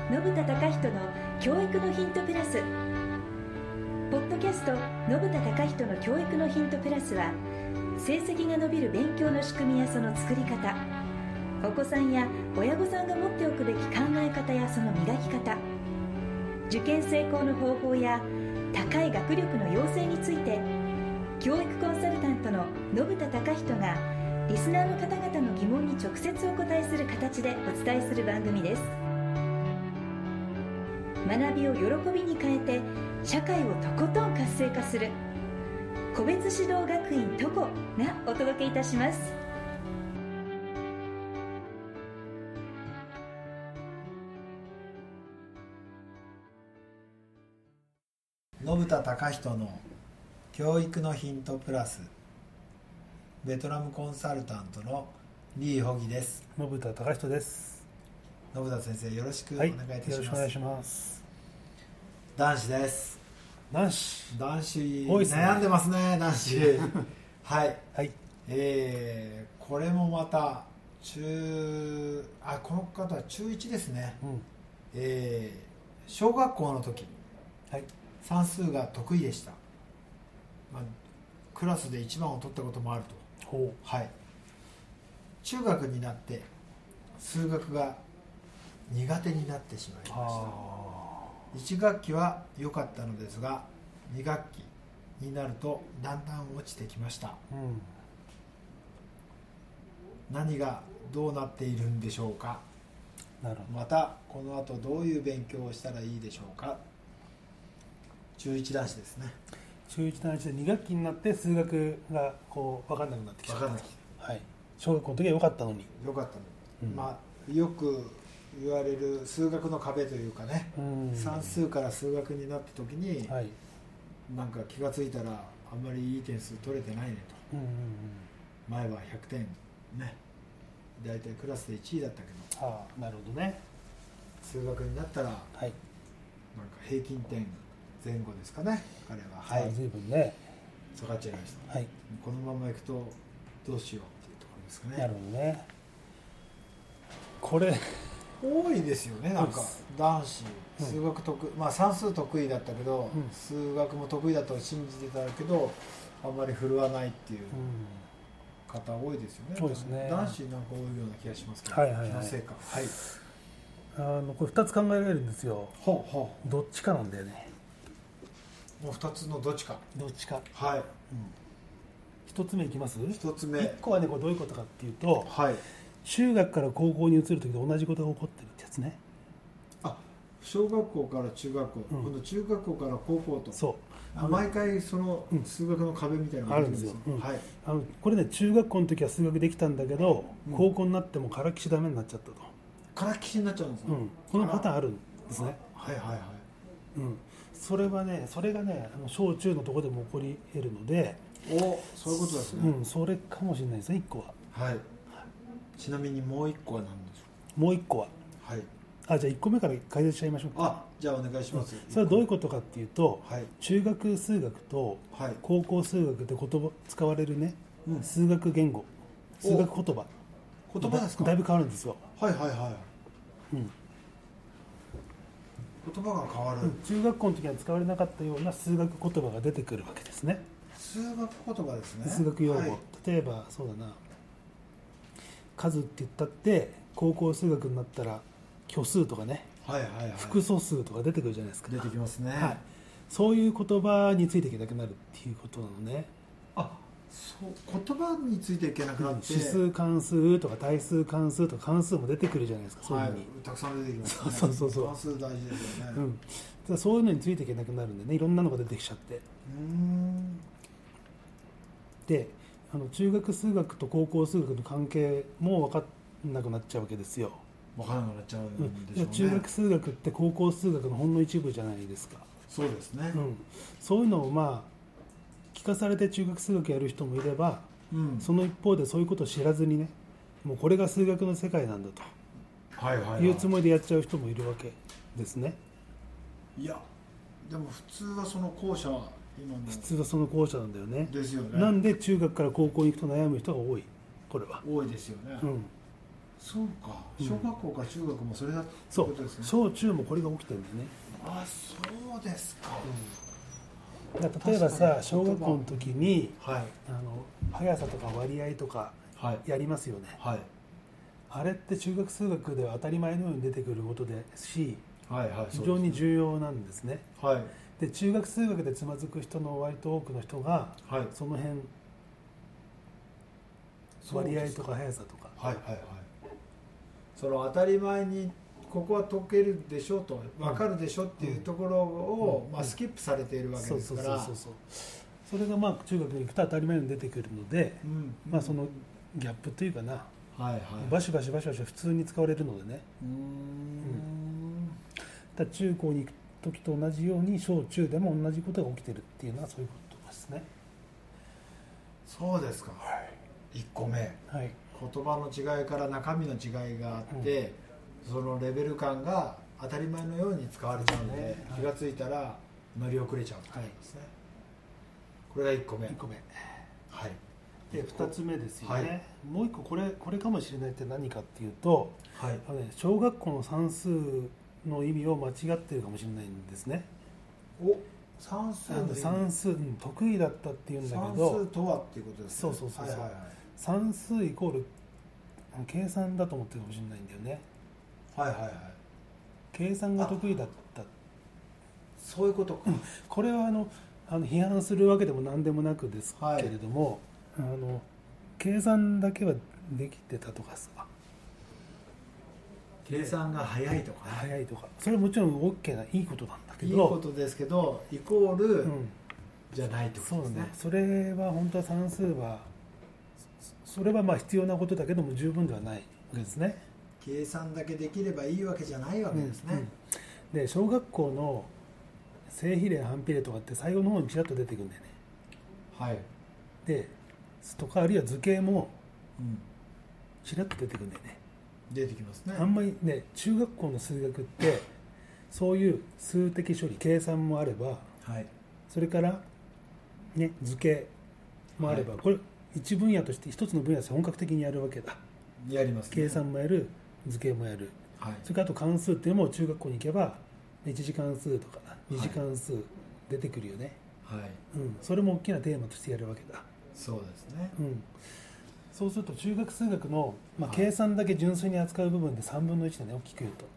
信田貴人の教育のヒントプラス。ポッドキャスト信田貴人の教育のヒントプラスは、成績が伸びる勉強の仕組みやその作り方、お子さんや親御さんが持っておくべき考え方やその磨き方、受験成功の方法や高い学力の養成について、教育コンサルタントの信田貴人がリスナーの方々の疑問に直接お答えする形でお伝えする番組です。学びを喜びに変えて社会をとことん活性化する個別指導学院トコがお届けいたします。 信田貴人の教育のヒントプラス、ベトナムコンサルタントのリー・ホギです。 信田貴人です。 信田先生、よろしくお願いいたします。 よろしくお願いします。 男子です。 男子多いですね。悩んでますね、男子はい、 はい。 これもまたこの方は中1ですね。小学校の時、 はい、 算数が得意でした。クラスで一番を取ったこともあると。はい。中学になって数学が苦手になってしまいました。1学期は良かったのですが、2学期になるとだんだん落ちてきました。何がどうなっているんでしょうか。 なるほど。 またこの後どういう勉強をしたらいいでしょうか。中1男子ですね。 中1男子で2学期になって数学が分かんなくなってきた。はい。小学校の時は良かったのに。 良かったのに。よく言われる数学の壁というかね、算数から数学になった時に、はい、なんか気がついたらあんまりいい点数取れてないねと。前は100点ね、だいたいクラスで1位だったけど、 なるほどね。 数学になったら、はい、なんか平均点前後ですかね、彼は。はい、 随分ね下がっちゃいました、はい、このままいくとどうしようっていうところですかね。 なるほどね。これ多いですよね。なんか男子数学得意、算数得意だったけど、数学も得意だと信じてたけどあんまり振るわないっていう方多いですよね。 そうですね。 男子なんか多いような気がしますけど、気のせいか。はい。 これ2つ考えられるんですよ。どっちかなんだよね。 もう2つのどっちか。はい。 1つ目いきます。 1つ目。 1個はね、これどういうことかっていうと、 はい。 中学から高校に移る時と同じことが起こってるってやつね。 小学校から中学校、今度中学校から高校と。 そう。 毎回その数学の壁みたいなのがあるんですよ。はい。 これね、中学校の時は数学できたんだけど、高校になってもからっきしダメになっちゃったと。 からっきしになっちゃうんですね。 このパターンあるんですね。 はい。 それがね、小中のところでも起こり得るので。 そういうことですね。 それかもしれないですね、1個は。 はい。ちなみにもう1個は何でしょう。もう1個は。 はい。 じゃあ1個目から解説しちゃいましょうか。 じゃあお願いします。 それはどういうことかっていうと、中学数学と高校数学で使われるね、数学言語、数学言葉ですか。 だいぶ変わるんですよ。 はい。言葉が変わる。 中学校の時には使われなかったような数学言葉が出てくるわけですね。 数学言葉ですね。 数学用語、例えばそうだな、数って言ったって高校数学になったら虚数とかね、複素数とか出てくるじゃないですか。 出てきますね。 そういう言葉についていけなくなるっていうことなのね。 言葉についていけなくなって、 指数関数とか対数関数とか関数も出てくるじゃないですか。そういうふうにたくさん出てきますね。 そう関数大事ですよね。 そういうのについていけなくなるんでね、いろんなのが出てきちゃって。で、中学数学と高校数学の関係も分かんなくなっちゃうわけですよ。 分からなくなっちゃうんでしょうね。 中学数学って高校数学のほんの一部じゃないですか。 そうですね。 そういうのを聞かされて中学数学やる人もいれば、その一方でそういうことを知らずにね、もうこれが数学の世界なんだというつもりでやっちゃう人もいるわけですね。 いや、でも普通はその後者は普通はその後者なんだよね。 ですよね。 なんで中学から高校に行くと悩む人が多い。これは多いですよね。 そうか、小学校か中学もそれだってことですね。 小中もこれが起きてるんだよね。 あ、そうですか。 だ例えばさ、小学校の時に、速さとか割合とかやりますよね、はい、あれって中学数学では当たり前のように出てくることですし、非常に重要なんですね、はい、で中学数学でつまずく人の割と多くの人が、はい、その辺割合とか速さとか、 その当たり前にここは解けるでしょと分かるでしょっていうところを、スキップされているわけですから、 それが中学に行くと当たり前に出てくるので、そのギャップというかな、バシバシ普通に使われるのでね、だ中高に行く時と同じように小中でも同じことが起きてるっていうのはそういうことですね。 そうですか、1個目、言葉の違いから中身の違いがあって、そのレベル感が当たり前のように使われちゃうので、気がついたら乗り遅れちゃうということですね、これが1個目。 1個目、で2つ目ですよね、もう1個これかもしれないって何かっていうと、小学校の算数の意味を間違ってるかもしれないんですね。 算数得意だったっていうんだけど、 算数とはっていうことですね。 そう、算数イコール計算だと思ってるかもしれないんだよね。計算が得意だった、 そういうことか。 これは批判するわけでも何でもなくですけれども、計算だけはできてたとかさ、 計算が早いとか、 それはもちろん OK ないいことなんだけど、 いいことですけどイコールじゃないってことですね。 それは本当は算数はそれは必要なことだけども十分ではないわけですね。 計算だけできればいいわけじゃないわけですね、 で小学校の正比例反比例とかって最後の方にちらっと出てくるんだよね。でとかあるいは図形もちらっと出てくるんだよね。 出てきますね。 あんまりね、中学校の数学ってそういう数的処理計算もあれば、それからね図形もあれば、これ一分野として一つの分野として本格的にやるわけだ。 やりますね。 計算もやる、図形もやる、それからあと関数っていうのも中学校に行けば1次関数とか2次関数出てくるよね、それも大きなテーマとしてやるわけだ。 そうですね、 そうすると中学数学の、計算だけ純粋に扱う部分で3分の1だね、大きく言うと。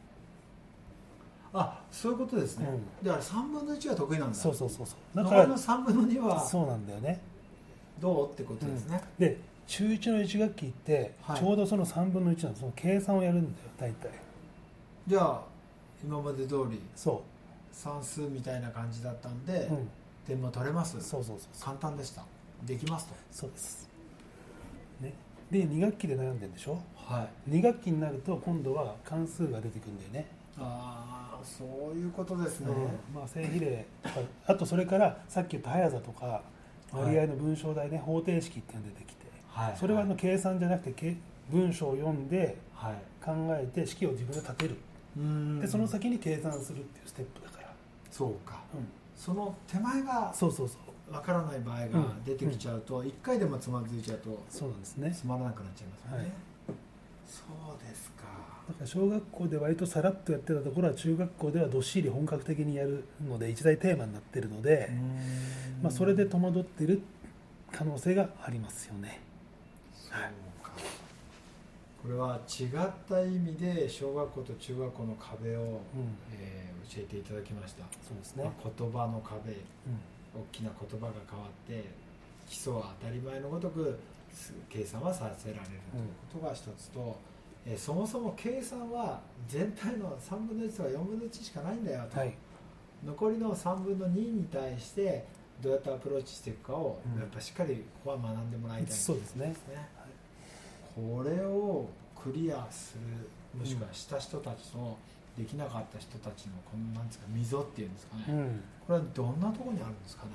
そういうことですね、だから3分の1は得意なんだ。 そうだから残りの3分の2はそうなんだよね。 どうってことですね、 で中1の1学期ってちょうどその3分の1のその計算をやるんだよ大体。 じゃあ今まで通り算数みたいな感じだったんで、点も取れます。簡単でした。できますと。 そうです、ね、で2学期で悩んでるんでしょ。2学期になると今度は関数が出てくるんだよね。 そういうことですね、 正比例とか、あとそれからさっき言った速さとか割合の文章題ね、方程式っていうのが出てきて、それは計算じゃなくて文章を読んで考えて式を自分で立てる、でその先に計算するっていうステップだから。 そうか、その手前がわからない場合が出てきちゃうと、1回でもつまずいちゃうとつまらなくなっちゃいますよね。そうですか。 だから小学校で割とさらっとやってたところは中学校ではどっしり本格的にやるので一大テーマになっているので、それで戸惑っている可能性がありますよね。 そうか。これは違った意味で小学校と中学校の壁を、教えていただきました。 そうですね。 言葉の壁、大きな言葉が変わって基礎は当たり前のごとく計算はさせられるということが一つと、そもそも計算は全体の3分の1とか4分の1しかないんだよと、残りの3分の2に対してどうやってアプローチしていくかをやっぱしっかりここは学んでもらいたいんですね。 そうですね。 これをクリアする、もしくはした人たちとできなかった人たちのこのなんですか溝っていうんですかね、これはどんなところにあるんですか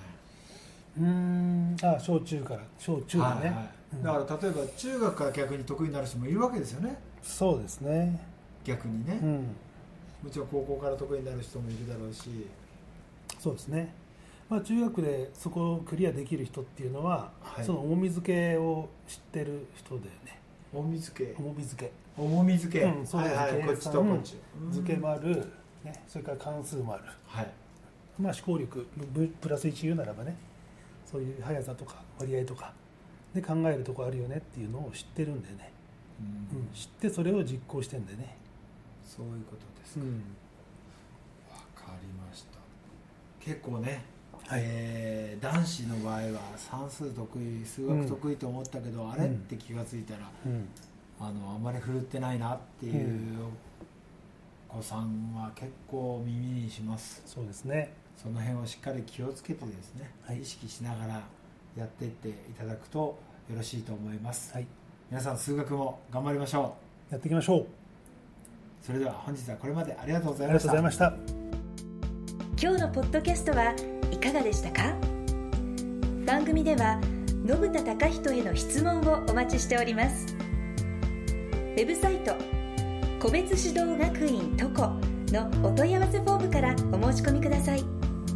ね。 小中だね、 だから例えば中学から逆に得意になる人もいるわけですよね。 そうですね。 逆にね、もちろん高校から得意になる人もいるだろうし。 そうですね。中学でそこをクリアできる人っていうのは、その重み付けを知ってる人だよね。 重み付け、 重み付け、 そうです、はいはい、こっちとこっち付けもある、ね、それから関数もある、 はい、 まあ思考力プラス1言うならばね、そういう速さとか割合とかで考えるとこあるよねっていうのを知ってるんでね、知ってそれを実行してんでね。 そういうことですか。わかりました。結構ね、男子の場合は算数得意、数学得意と思ったけど、あれって気がついたら、あまり振るってないなっていうお子さんは結構耳にします。 そうですね。 その辺をしっかり気をつけてですね、意識しながらやっていっていただくとよろしいと思います。皆さん数学も頑張りましょう。やっていきましょう。 それでは本日はこれまでありがとうございました。 今日のポッドキャストはいかがでしたか？番組では信田貴人への質問をお待ちしております。ウェブサイト個別指導学院トコのお問い合わせフォームからお申し込みください。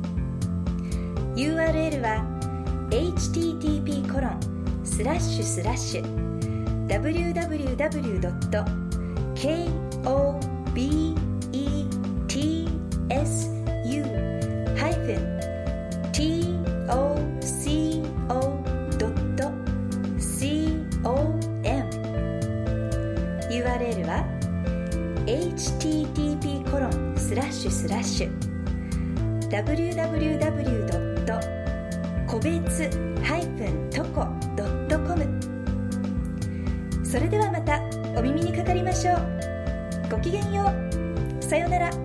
URL は www.kobetsu-tokyo.com。 URL は http://www.個別-toko.com。 それではまたお耳にかかりましょう。ごきげんよう。さようなら。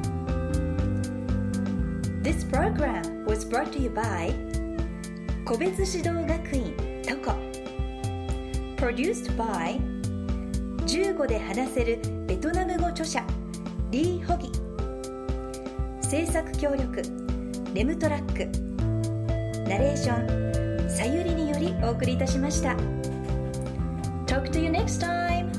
This program was brought to you by 個別指導学院トコ。 Produced by 15で話せるベトナム語著者リー・ホギ。制作協力レムトラック。ナレーションさゆりによりお送りいたしました。Talk to you next time!